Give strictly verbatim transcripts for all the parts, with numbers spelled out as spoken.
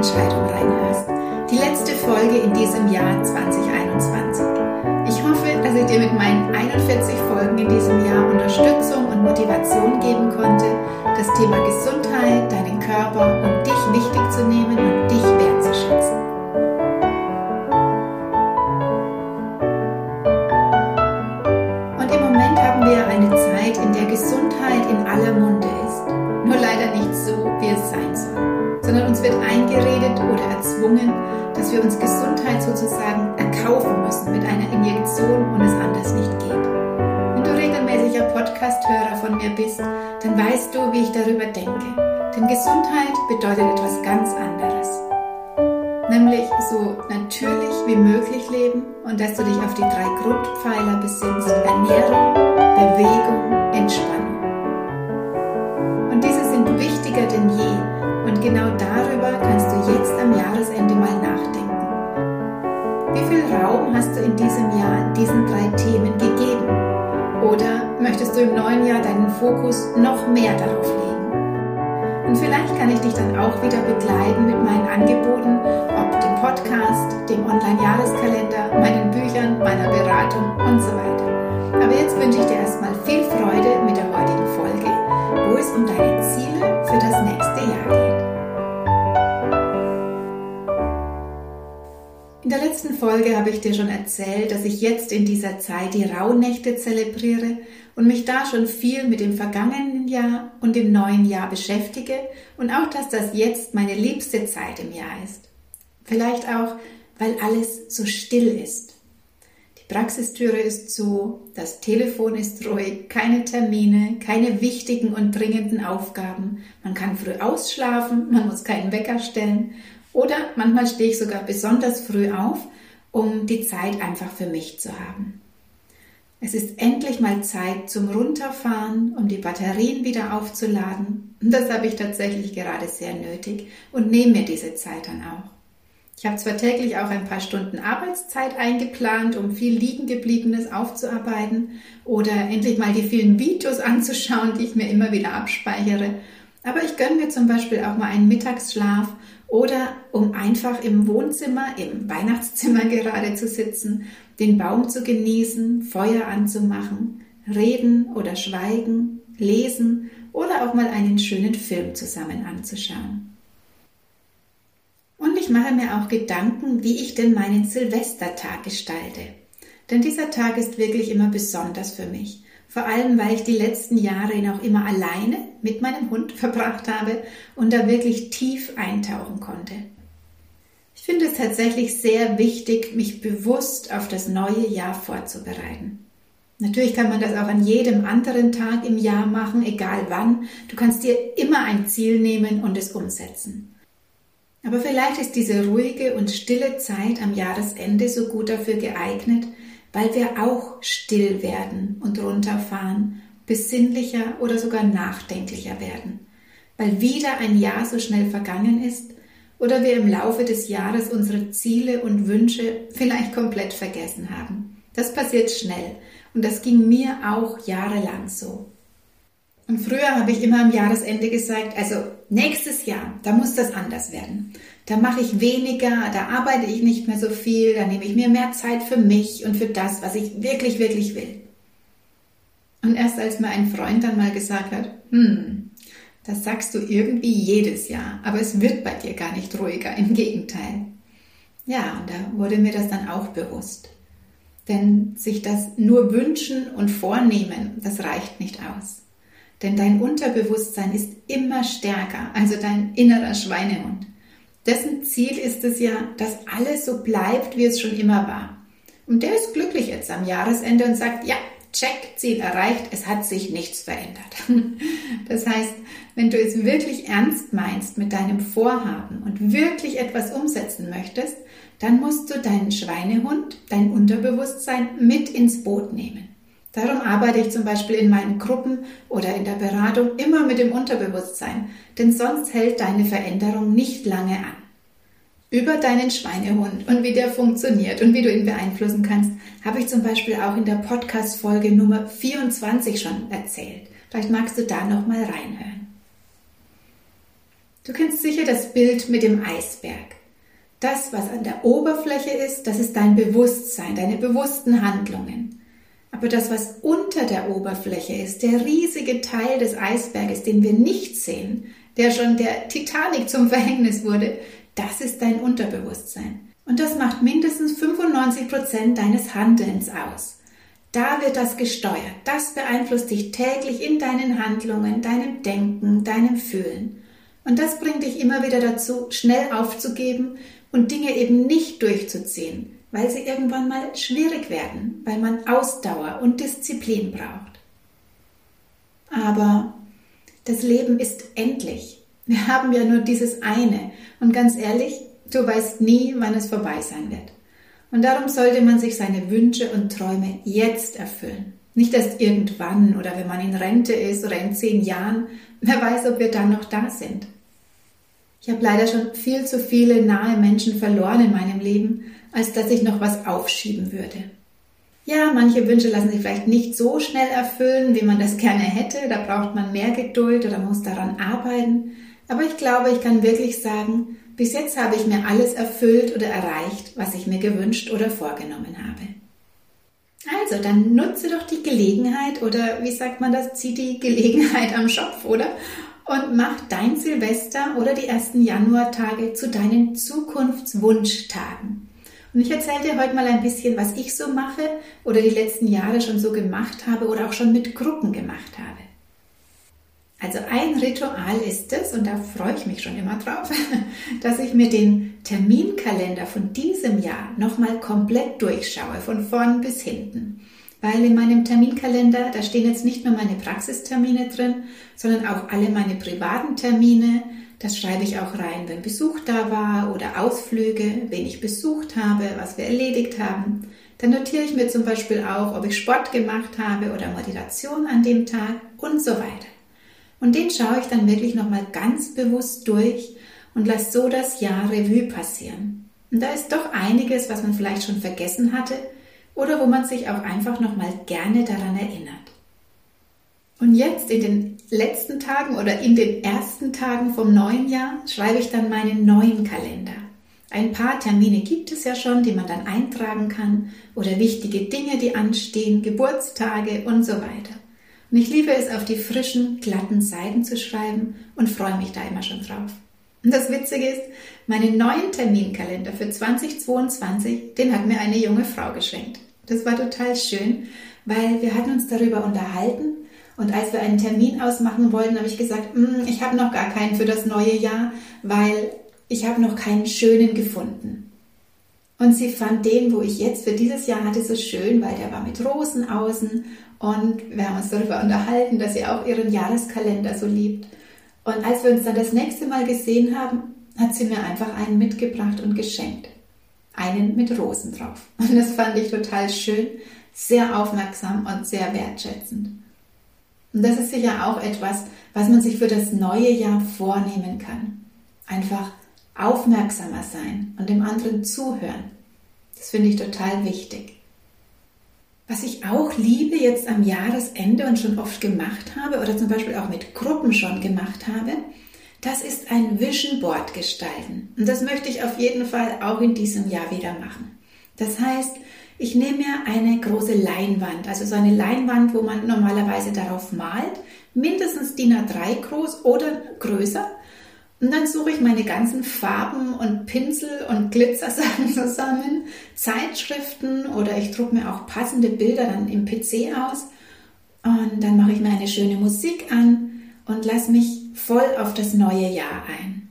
Entscheidung reinhörst. Die letzte Folge in diesem Jahr zwanzig einundzwanzig. Ich hoffe, dass ich dir mit meinen einundvierzig Folgen in diesem Jahr Unterstützung und Motivation geben konnte, das Thema Gesundheit, deinen Körper und dich wichtig zu nehmen und dich wertzuschätzen. Und im Moment haben wir eine Zeit, in der Gesundheit in aller Munde ist. Nur leider nicht so, wie es sein soll, sondern uns wird eingeredet oder erzwungen, dass wir uns Gesundheit sozusagen erkaufen müssen mit einer Injektion und es anders nicht geht. Wenn du regelmäßiger Podcast-Hörer von mir bist, dann weißt du, wie ich darüber denke. Denn Gesundheit bedeutet etwas ganz anderes. Nämlich so natürlich wie möglich leben und dass du dich auf die drei Grundpfeiler besinnst: Ernährung, Bewegung, Entspannung. Und diese sind wichtiger denn je. Und genau darüber kannst du jetzt am Jahresende mal nachdenken. Wie viel Raum hast du in diesem Jahr diesen drei Themen gegeben? Oder möchtest du im neuen Jahr deinen Fokus noch mehr darauf legen? Und vielleicht kann ich dich dann auch wieder begleiten mit meinen Angeboten, ob dem Podcast, dem Online-Jahreskalender, meinen Büchern, meiner Beratung und so weiter. Aber jetzt wünsche ich dir erstmal viel Freude mit der heutigen Folge, wo es um deine Ziele für das nächste Jahr geht. In der letzten Folge habe ich dir schon erzählt, dass ich jetzt in dieser Zeit die Rauhnächte zelebriere und mich da schon viel mit dem vergangenen Jahr und dem neuen Jahr beschäftige und auch, dass das jetzt meine liebste Zeit im Jahr ist. Vielleicht auch, weil alles so still ist. Die Praxistüre ist zu, das Telefon ist ruhig, keine Termine, keine wichtigen und dringenden Aufgaben. Man kann früh ausschlafen, man muss keinen Wecker stellen. Oder manchmal stehe ich sogar besonders früh auf, um die Zeit einfach für mich zu haben. Es ist endlich mal Zeit zum Runterfahren, um die Batterien wieder aufzuladen. Und das habe ich tatsächlich gerade sehr nötig und nehme mir diese Zeit dann auch. Ich habe zwar täglich auch ein paar Stunden Arbeitszeit eingeplant, um viel Liegengebliebenes aufzuarbeiten oder endlich mal die vielen Videos anzuschauen, die ich mir immer wieder abspeichere. Aber ich gönne mir zum Beispiel auch mal einen Mittagsschlaf oder um einfach im Wohnzimmer, im Weihnachtszimmer gerade zu sitzen, den Baum zu genießen, Feuer anzumachen, reden oder schweigen, lesen oder auch mal einen schönen Film zusammen anzuschauen. Und ich mache mir auch Gedanken, wie ich denn meinen Silvestertag gestalte. Denn dieser Tag ist wirklich immer besonders für mich. Vor allem, weil ich die letzten Jahre ihn auch immer alleine mit meinem Hund verbracht habe und da wirklich tief eintauchen konnte. Ich finde es tatsächlich sehr wichtig, mich bewusst auf das neue Jahr vorzubereiten. Natürlich kann man das auch an jedem anderen Tag im Jahr machen, egal wann. Du kannst dir immer ein Ziel nehmen und es umsetzen. Aber vielleicht ist diese ruhige und stille Zeit am Jahresende so gut dafür geeignet, weil wir auch still werden und runterfahren, besinnlicher oder sogar nachdenklicher werden, weil wieder ein Jahr so schnell vergangen ist oder wir im Laufe des Jahres unsere Ziele und Wünsche vielleicht komplett vergessen haben. Das passiert schnell und das ging mir auch jahrelang so. Und früher habe ich immer am Jahresende gesagt, also nächstes Jahr, da muss das anders werden. Da mache ich weniger, da arbeite ich nicht mehr so viel, da nehme ich mir mehr Zeit für mich und für das, was ich wirklich, wirklich will. Und erst als mir ein Freund dann mal gesagt hat, hm, das sagst du irgendwie jedes Jahr, aber es wird bei dir gar nicht ruhiger, im Gegenteil. Ja, und da wurde mir das dann auch bewusst. Denn sich das nur wünschen und vornehmen, das reicht nicht aus. Denn dein Unterbewusstsein ist immer stärker, also dein innerer Schweinehund. Dessen Ziel ist es ja, dass alles so bleibt, wie es schon immer war. Und der ist glücklich jetzt am Jahresende und sagt, ja, check, Ziel erreicht, es hat sich nichts verändert. Das heißt, wenn du es wirklich ernst meinst mit deinem Vorhaben und wirklich etwas umsetzen möchtest, dann musst du deinen Schweinehund, dein Unterbewusstsein mit ins Boot nehmen. Darum arbeite ich zum Beispiel in meinen Gruppen oder in der Beratung immer mit dem Unterbewusstsein, denn sonst hält deine Veränderung nicht lange an. Über deinen Schweinehund und wie der funktioniert und wie du ihn beeinflussen kannst, habe ich zum Beispiel auch in der Podcast-Folge Nummer vierundzwanzig schon erzählt. Vielleicht magst du da nochmal reinhören. Du kennst sicher das Bild mit dem Eisberg. Das, was an der Oberfläche ist, das ist dein Bewusstsein, deine bewussten Handlungen. Aber das, was unter der Oberfläche ist, der riesige Teil des Eisberges, den wir nicht sehen, der schon der Titanic zum Verhängnis wurde, das ist dein Unterbewusstsein. Und das macht mindestens fünfundneunzig Prozent deines Handelns aus. Da wird das gesteuert. Das beeinflusst dich täglich in deinen Handlungen, deinem Denken, deinem Fühlen. Und das bringt dich immer wieder dazu, schnell aufzugeben und Dinge eben nicht durchzuziehen, weil sie irgendwann mal schwierig werden, weil man Ausdauer und Disziplin braucht. Aber das Leben ist endlich. Wir haben ja nur dieses eine. Und ganz ehrlich, du weißt nie, wann es vorbei sein wird. Und darum sollte man sich seine Wünsche und Träume jetzt erfüllen. Nicht erst irgendwann oder wenn man in Rente ist oder in zehn Jahren. Wer weiß, ob wir dann noch da sind. Ich habe leider schon viel zu viele nahe Menschen verloren in meinem Leben, als dass ich noch was aufschieben würde. Ja, manche Wünsche lassen sich vielleicht nicht so schnell erfüllen, wie man das gerne hätte. Da braucht man mehr Geduld oder muss daran arbeiten. Aber ich glaube, ich kann wirklich sagen, bis jetzt habe ich mir alles erfüllt oder erreicht, was ich mir gewünscht oder vorgenommen habe. Also, dann nutze doch die Gelegenheit oder wie sagt man das, zieh die Gelegenheit am Schopf, oder? Und mach dein Silvester oder die ersten Januartage zu deinen Zukunftswunschtagen. Und ich erzähle dir heute mal ein bisschen, was ich so mache oder die letzten Jahre schon so gemacht habe oder auch schon mit Gruppen gemacht habe. Also ein Ritual ist es, und da freue ich mich schon immer drauf, dass ich mir den Terminkalender von diesem Jahr nochmal komplett durchschaue, von vorn bis hinten. Weil in meinem Terminkalender, da stehen jetzt nicht nur meine Praxistermine drin, sondern auch alle meine privaten Termine. Das schreibe ich auch rein, wenn Besuch da war oder Ausflüge, wen ich besucht habe, was wir erledigt haben. Dann notiere ich mir zum Beispiel auch, ob ich Sport gemacht habe oder Meditation an dem Tag und so weiter. Und den schaue ich dann wirklich nochmal ganz bewusst durch und lasse so das Jahr Revue passieren. Und da ist doch einiges, was man vielleicht schon vergessen hatte oder wo man sich auch einfach nochmal gerne daran erinnert. Und jetzt in den letzten Tagen oder in den ersten Tagen vom neuen Jahr schreibe ich dann meinen neuen Kalender. Ein paar Termine gibt es ja schon, die man dann eintragen kann oder wichtige Dinge, die anstehen, Geburtstage und so weiter. Und ich liebe es, auf die frischen, glatten Seiten zu schreiben und freue mich da immer schon drauf. Und das Witzige ist, meinen neuen Terminkalender für zweitausendzweiundzwanzig, den hat mir eine junge Frau geschenkt. Das war total schön, weil wir hatten uns darüber unterhalten und als wir einen Termin ausmachen wollten, habe ich gesagt, ich habe noch gar keinen für das neue Jahr, weil ich habe noch keinen schönen gefunden. Und sie fand den, wo ich jetzt für dieses Jahr hatte, so schön, weil der war mit Rosen außen und wir haben uns darüber unterhalten, dass sie auch ihren Jahreskalender so liebt. Und als wir uns dann das nächste Mal gesehen haben, hat sie mir einfach einen mitgebracht und geschenkt. Einen mit Rosen drauf. Und das fand ich total schön, sehr aufmerksam und sehr wertschätzend. Und das ist sicher auch etwas, was man sich für das neue Jahr vornehmen kann. Einfach aufmerksamer sein und dem anderen zuhören. Das finde ich total wichtig. Was ich auch liebe jetzt am Jahresende und schon oft gemacht habe oder zum Beispiel auch mit Gruppen schon gemacht habe, das ist ein Vision Board gestalten. Und das möchte ich auf jeden Fall auch in diesem Jahr wieder machen. Das heißt, ich nehme mir eine große Leinwand, also so eine Leinwand, wo man normalerweise darauf malt, mindestens D I N A drei groß oder größer. Und dann suche ich meine ganzen Farben und Pinsel und Glitzersachen zusammen, Zeitschriften oder ich drucke mir auch passende Bilder dann im P C aus und dann mache ich mir eine schöne Musik an und lasse mich voll auf das neue Jahr ein.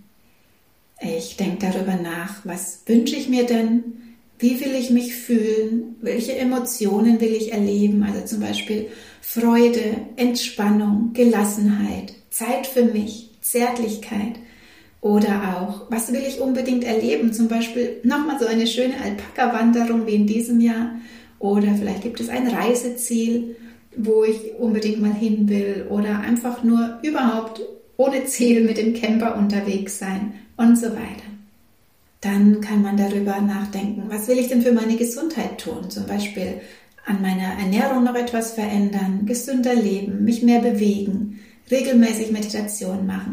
Ich denke darüber nach, was wünsche ich mir denn, wie will ich mich fühlen, welche Emotionen will ich erleben, also zum Beispiel Freude, Entspannung, Gelassenheit, Zeit für mich, Zärtlichkeit. Oder auch, was will ich unbedingt erleben? Zum Beispiel nochmal so eine schöne Alpaka-Wanderung wie in diesem Jahr. Oder vielleicht gibt es ein Reiseziel, wo ich unbedingt mal hin will. Oder einfach nur überhaupt ohne Ziel mit dem Camper unterwegs sein und so weiter. Dann kann man darüber nachdenken, was will ich denn für meine Gesundheit tun? Zum Beispiel an meiner Ernährung noch etwas verändern, gesünder leben, mich mehr bewegen, regelmäßig Meditation machen.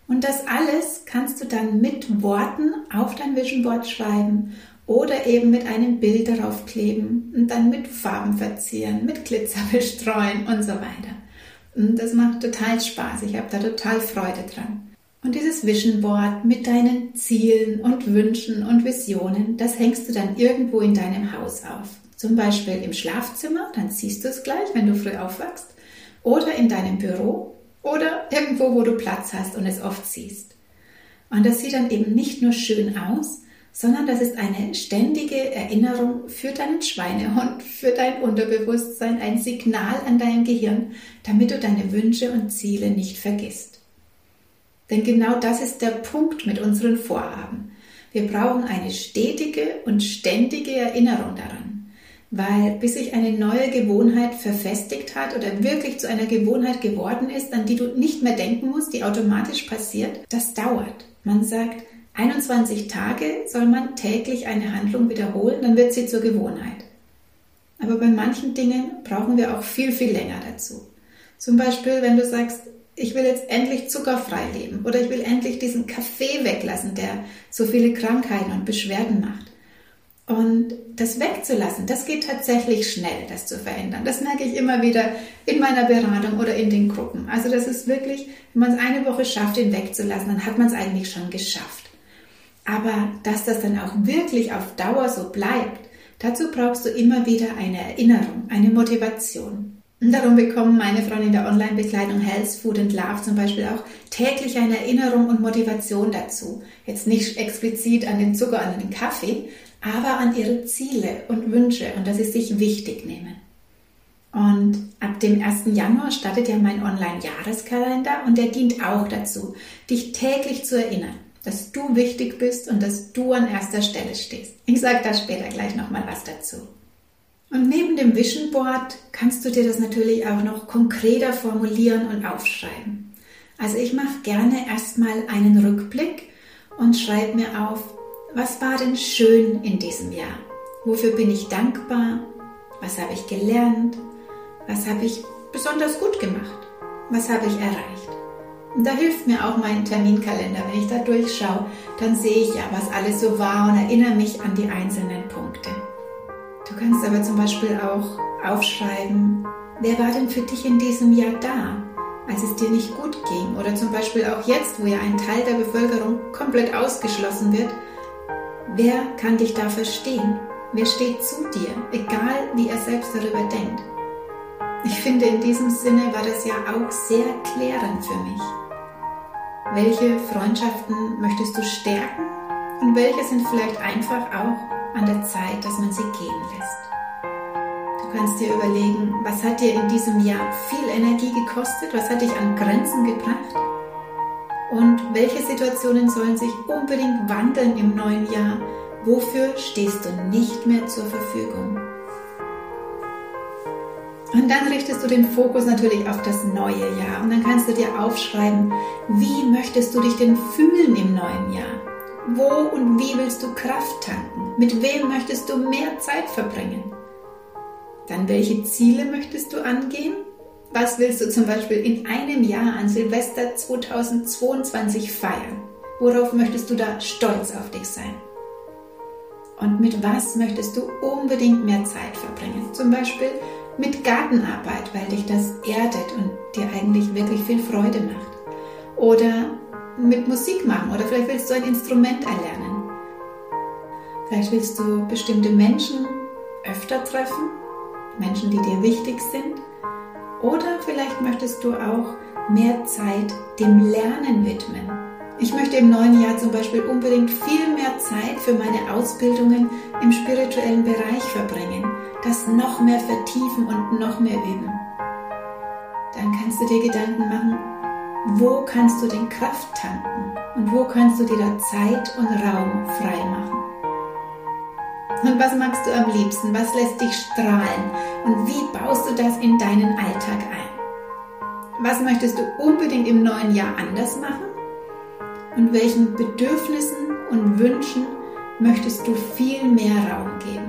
Und das alles kannst du dann mit Worten auf dein Vision Board schreiben oder eben mit einem Bild darauf kleben und dann mit Farben verzieren, mit Glitzer bestreuen und so weiter. Und das macht total Spaß. Ich habe da total Freude dran. Und dieses Vision Board mit deinen Zielen und Wünschen und Visionen, das hängst du dann irgendwo in deinem Haus auf. Zum Beispiel im Schlafzimmer, dann siehst du es gleich, wenn du früh aufwachst. Oder in deinem Büro oder irgendwo, wo du Platz hast und es oft siehst. Und das sieht dann eben nicht nur schön aus, sondern das ist eine ständige Erinnerung für deinen Schweinehund, für dein Unterbewusstsein, ein Signal an deinem Gehirn, damit du deine Wünsche und Ziele nicht vergisst. Denn genau das ist der Punkt mit unseren Vorhaben. Wir brauchen eine stetige und ständige Erinnerung daran, weil bis sich eine neue Gewohnheit verfestigt hat oder wirklich zu einer Gewohnheit geworden ist, an die du nicht mehr denken musst, die automatisch passiert, das dauert. Man sagt, einundzwanzig Tage soll man täglich eine Handlung wiederholen, dann wird sie zur Gewohnheit. Aber bei manchen Dingen brauchen wir auch viel, viel länger dazu. Zum Beispiel, wenn du sagst, ich will jetzt endlich zuckerfrei leben oder ich will endlich diesen Kaffee weglassen, der so viele Krankheiten und Beschwerden macht. Und das wegzulassen, das geht tatsächlich schnell, das zu verändern. Das merke ich immer wieder in meiner Beratung oder in den Gruppen. Also das ist wirklich, wenn man es eine Woche schafft, ihn wegzulassen, dann hat man es eigentlich schon geschafft. Aber dass das dann auch wirklich auf Dauer so bleibt, dazu brauchst du immer wieder eine Erinnerung, eine Motivation. Und darum bekommen meine Frauen in der Online-Begleitung Health, Food and Love zum Beispiel auch täglich eine Erinnerung und Motivation dazu. Jetzt nicht explizit an den Zucker, an den Kaffee, aber an ihre Ziele und Wünsche und dass sie sich wichtig nehmen. Und ab dem ersten Januar startet ja mein Online-Jahreskalender und der dient auch dazu, dich täglich zu erinnern, dass du wichtig bist und dass du an erster Stelle stehst. Ich sage da später gleich nochmal was dazu. Und neben dem Vision Board kannst du dir das natürlich auch noch konkreter formulieren und aufschreiben. Also ich mache gerne erstmal einen Rückblick und schreibe mir auf, was war denn schön in diesem Jahr? Wofür bin ich dankbar? Was habe ich gelernt? Was habe ich besonders gut gemacht? Was habe ich erreicht? Und da hilft mir auch mein Terminkalender. Wenn ich da durchschaue, dann sehe ich ja, was alles so war und erinnere mich an die einzelnen Punkte. Du kannst aber zum Beispiel auch aufschreiben, wer war denn für dich in diesem Jahr da, als es dir nicht gut ging? Oder zum Beispiel auch jetzt, wo ja ein Teil der Bevölkerung komplett ausgeschlossen wird, wer kann dich da verstehen? Wer steht zu dir, egal wie er selbst darüber denkt? Ich finde, in diesem Sinne war das ja auch sehr klärend für mich. Welche Freundschaften möchtest du stärken und welche sind vielleicht einfach auch an der Zeit, dass man sie gehen lässt. Du kannst dir überlegen, was hat dir in diesem Jahr viel Energie gekostet, was hat dich an Grenzen gebracht und welche Situationen sollen sich unbedingt wandeln im neuen Jahr, wofür stehst du nicht mehr zur Verfügung. Und dann richtest du den Fokus natürlich auf das neue Jahr und dann kannst du dir aufschreiben, wie möchtest du dich denn fühlen im neuen Jahr? Wo und wie willst du Kraft tanken? Mit wem möchtest du mehr Zeit verbringen? Dann welche Ziele möchtest du angehen? Was willst du zum Beispiel in einem Jahr an Silvester zweitausendzweiundzwanzig feiern? Worauf möchtest du da stolz auf dich sein? Und mit was möchtest du unbedingt mehr Zeit verbringen? Zum Beispiel mit Gartenarbeit, weil dich das erdet und dir eigentlich wirklich viel Freude macht. Oder mit Musik machen oder vielleicht willst du ein Instrument erlernen. Vielleicht willst du bestimmte Menschen öfter treffen, Menschen, die dir wichtig sind. Oder vielleicht möchtest du auch mehr Zeit dem Lernen widmen. Ich möchte im neuen Jahr zum Beispiel unbedingt viel mehr Zeit für meine Ausbildungen im spirituellen Bereich verbringen, das noch mehr vertiefen und noch mehr üben. Dann kannst du dir Gedanken machen, wo kannst du denn Kraft tanken und wo kannst du dir da Zeit und Raum frei machen? Und was magst du am liebsten? Was lässt dich strahlen? Und wie baust du das in deinen Alltag ein? Was möchtest du unbedingt im neuen Jahr anders machen? Und welchen Bedürfnissen und Wünschen möchtest du viel mehr Raum geben?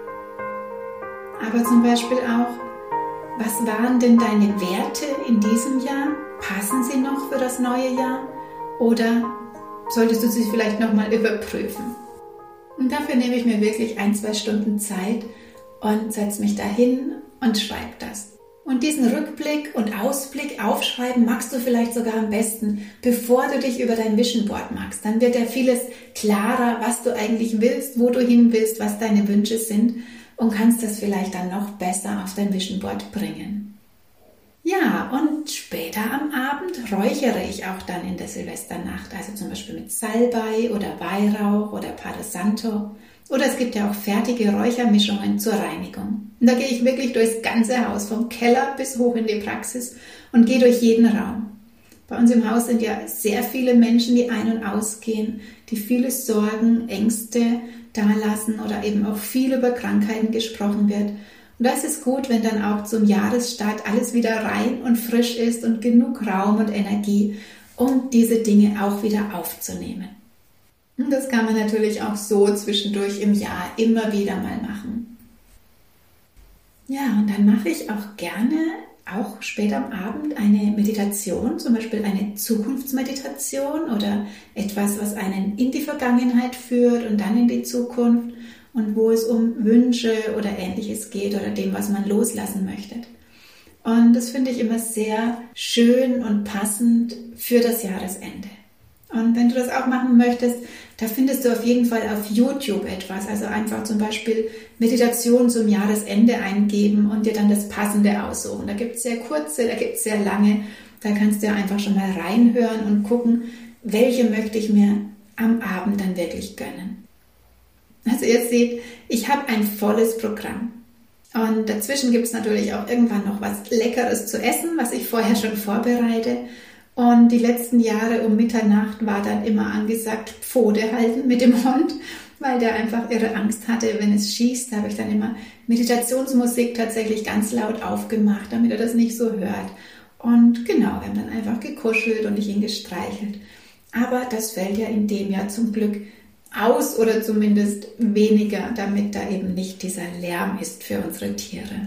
Aber zum Beispiel auch, was waren denn deine Werte in diesem Jahr? Passen sie noch für das neue Jahr? Oder solltest du sie vielleicht nochmal überprüfen? Und dafür nehme ich mir wirklich ein, zwei Stunden Zeit und setze mich dahin und schreibe das. Und diesen Rückblick und Ausblick aufschreiben magst du vielleicht sogar am besten, bevor du dich über dein Vision Board machst. Dann wird dir vieles klarer, was du eigentlich willst, wo du hin willst, was deine Wünsche sind und kannst das vielleicht dann noch besser auf dein Vision Board bringen. Ja, und später am Abend räuchere ich auch dann in der Silvesternacht, also zum Beispiel mit Salbei oder Weihrauch oder Palo Santo. Oder es gibt ja auch fertige Räuchermischungen zur Reinigung. Und da gehe ich wirklich durchs ganze Haus, vom Keller bis hoch in die Praxis und gehe durch jeden Raum. Bei uns im Haus sind ja sehr viele Menschen, die ein- und ausgehen, die viele Sorgen, Ängste dalassen oder eben auch viel über Krankheiten gesprochen wird. Und da ist es gut, wenn dann auch zum Jahresstart alles wieder rein und frisch ist und genug Raum und Energie, um diese Dinge auch wieder aufzunehmen. Und das kann man natürlich auch so zwischendurch im Jahr immer wieder mal machen. Ja, und dann mache ich auch gerne, auch später am Abend, eine Meditation, zum Beispiel eine Zukunftsmeditation oder etwas, was einen in die Vergangenheit führt und dann in die Zukunft und wo es um Wünsche oder Ähnliches geht oder dem, was man loslassen möchte. Und das finde ich immer sehr schön und passend für das Jahresende. Und wenn du das auch machen möchtest, da findest du auf jeden Fall auf YouTube etwas. Also einfach zum Beispiel Meditation zum Jahresende eingeben und dir dann das Passende aussuchen. Da gibt es sehr kurze, da gibt es sehr lange. Da kannst du ja einfach schon mal reinhören und gucken, welche möchte ich mir am Abend dann wirklich gönnen. Also ihr seht, ich habe ein volles Programm. Und dazwischen gibt es natürlich auch irgendwann noch was Leckeres zu essen, was ich vorher schon vorbereite. Und die letzten Jahre um Mitternacht war dann immer angesagt, Pfote halten mit dem Hund, weil der einfach irre Angst hatte, wenn es schießt. Da habe ich dann immer Meditationsmusik tatsächlich ganz laut aufgemacht, damit er das nicht so hört. Und genau, wir haben dann einfach gekuschelt und ich ihn gestreichelt. Aber das fällt ja in dem Jahr zum Glück aus oder zumindest weniger, damit da eben nicht dieser Lärm ist für unsere Tiere.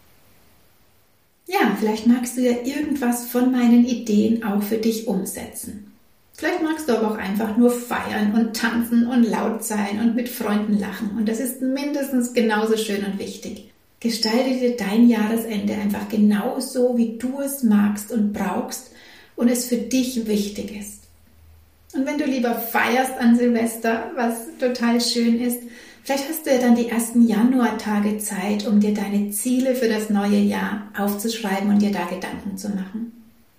Ja, vielleicht magst du ja irgendwas von meinen Ideen auch für dich umsetzen. Vielleicht magst du aber auch einfach nur feiern und tanzen und laut sein und mit Freunden lachen. Und das ist mindestens genauso schön und wichtig. Gestalte dir dein Jahresende einfach genauso, wie du es magst und brauchst und es für dich wichtig ist. Und wenn du lieber feierst an Silvester, was total schön ist, vielleicht hast du ja dann die ersten Januartage Zeit, um dir deine Ziele für das neue Jahr aufzuschreiben und dir da Gedanken zu machen.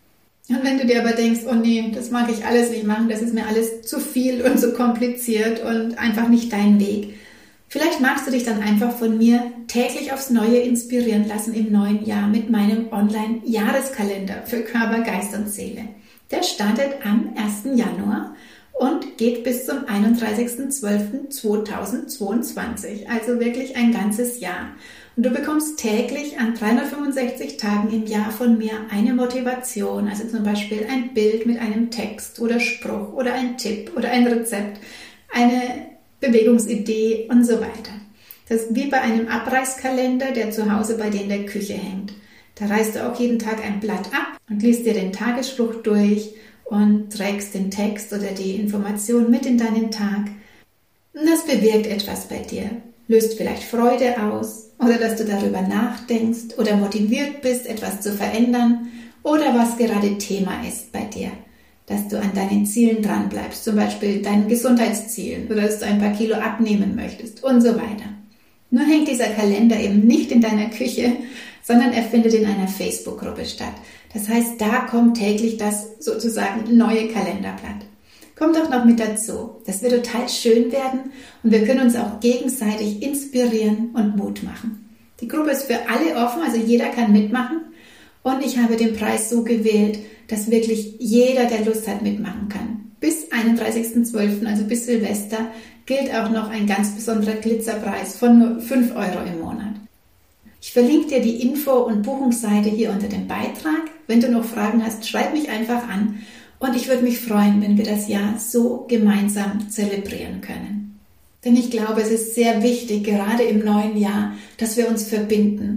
Und wenn du dir aber denkst, oh nee, das mag ich alles nicht machen, das ist mir alles zu viel und zu kompliziert und einfach nicht dein Weg. Vielleicht magst du dich dann einfach von mir täglich aufs Neue inspirieren lassen im neuen Jahr mit meinem Online-Jahreskalender für Körper, Geist und Seele. Der startet am ersten Januar und geht bis zum einunddreißigsten zwölften zweitausendzweiundzwanzig, also wirklich ein ganzes Jahr. Und du bekommst täglich an dreihundertfünfundsechzig Tagen im Jahr von mir eine Motivation, also zum Beispiel ein Bild mit einem Text oder Spruch oder ein Tipp oder ein Rezept, eine Bewegungsidee und so weiter. Das ist wie bei einem Abreißkalender, der zu Hause bei dir in der Küche hängt. Da reißt du auch jeden Tag ein Blatt ab und liest dir den Tagesspruch durch und trägst den Text oder die Information mit in deinen Tag. Und das bewirkt etwas bei dir, löst vielleicht Freude aus oder dass du darüber nachdenkst oder motiviert bist, etwas zu verändern oder was gerade Thema ist bei dir, dass du an deinen Zielen dran bleibst, zum Beispiel deinen Gesundheitszielen oder dass du ein paar Kilo abnehmen möchtest und so weiter. Nur hängt dieser Kalender eben nicht in deiner Küche, sondern er findet in einer Facebook-Gruppe statt. Das heißt, da kommt täglich das sozusagen neue Kalenderblatt. Kommt auch noch mit dazu. Das wird total schön werden und wir können uns auch gegenseitig inspirieren und Mut machen. Die Gruppe ist für alle offen, also jeder kann mitmachen und ich habe den Preis so gewählt, dass wirklich jeder, der Lust hat, mitmachen kann. Bis einunddreißigsten zwölften, also bis Silvester, gilt auch noch ein ganz besonderer Glitzerpreis von nur fünf Euro im Monat. Ich verlinke dir die Info- und Buchungsseite hier unter dem Beitrag. Wenn du noch Fragen hast, schreib mich einfach an und ich würde mich freuen, wenn wir das Jahr so gemeinsam zelebrieren können. Denn ich glaube, es ist sehr wichtig, gerade im neuen Jahr, dass wir uns verbinden,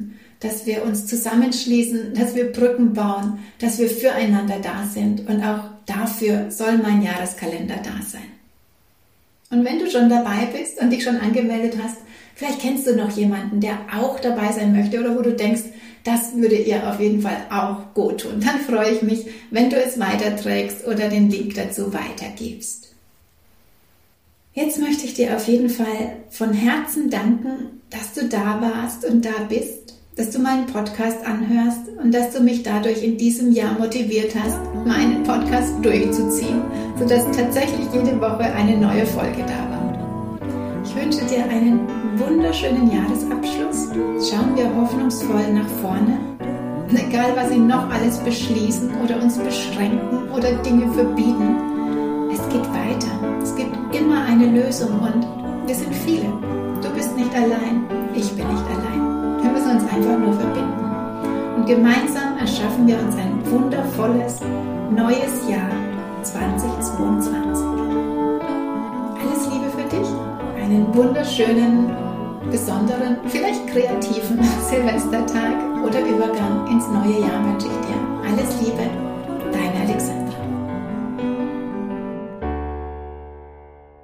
dass wir uns zusammenschließen, dass wir Brücken bauen, dass wir füreinander da sind und auch dafür soll mein Jahreskalender da sein. Und wenn du schon dabei bist und dich schon angemeldet hast, vielleicht kennst du noch jemanden, der auch dabei sein möchte oder wo du denkst, das würde ihr auf jeden Fall auch gut tun. Dann freue ich mich, wenn du es weiterträgst oder den Link dazu weitergibst. Jetzt möchte ich dir auf jeden Fall von Herzen danken, dass du da warst und da bist, dass du meinen Podcast anhörst und dass du mich dadurch in diesem Jahr motiviert hast, meinen Podcast durchzuziehen, sodass tatsächlich jede Woche eine neue Folge da war. Ich wünsche dir einen wunderschönen Jahresabschluss. Schauen wir hoffnungsvoll nach vorne. Und egal, was sie noch alles beschließen oder uns beschränken oder Dinge verbieten, es geht weiter. Es gibt immer eine Lösung und wir sind viele. Du bist nicht allein, ich bin nicht allein. Wir müssen uns einfach nur verbinden. Und gemeinsam erschaffen wir uns ein wundervolles neues Jahr zweitausendzweiundzwanzig. Alles Liebe für dich. Einen wunderschönen, besonderen, vielleicht kreativen Silvestertag oder Übergang ins neue Jahr wünsche ich dir. Alles Liebe.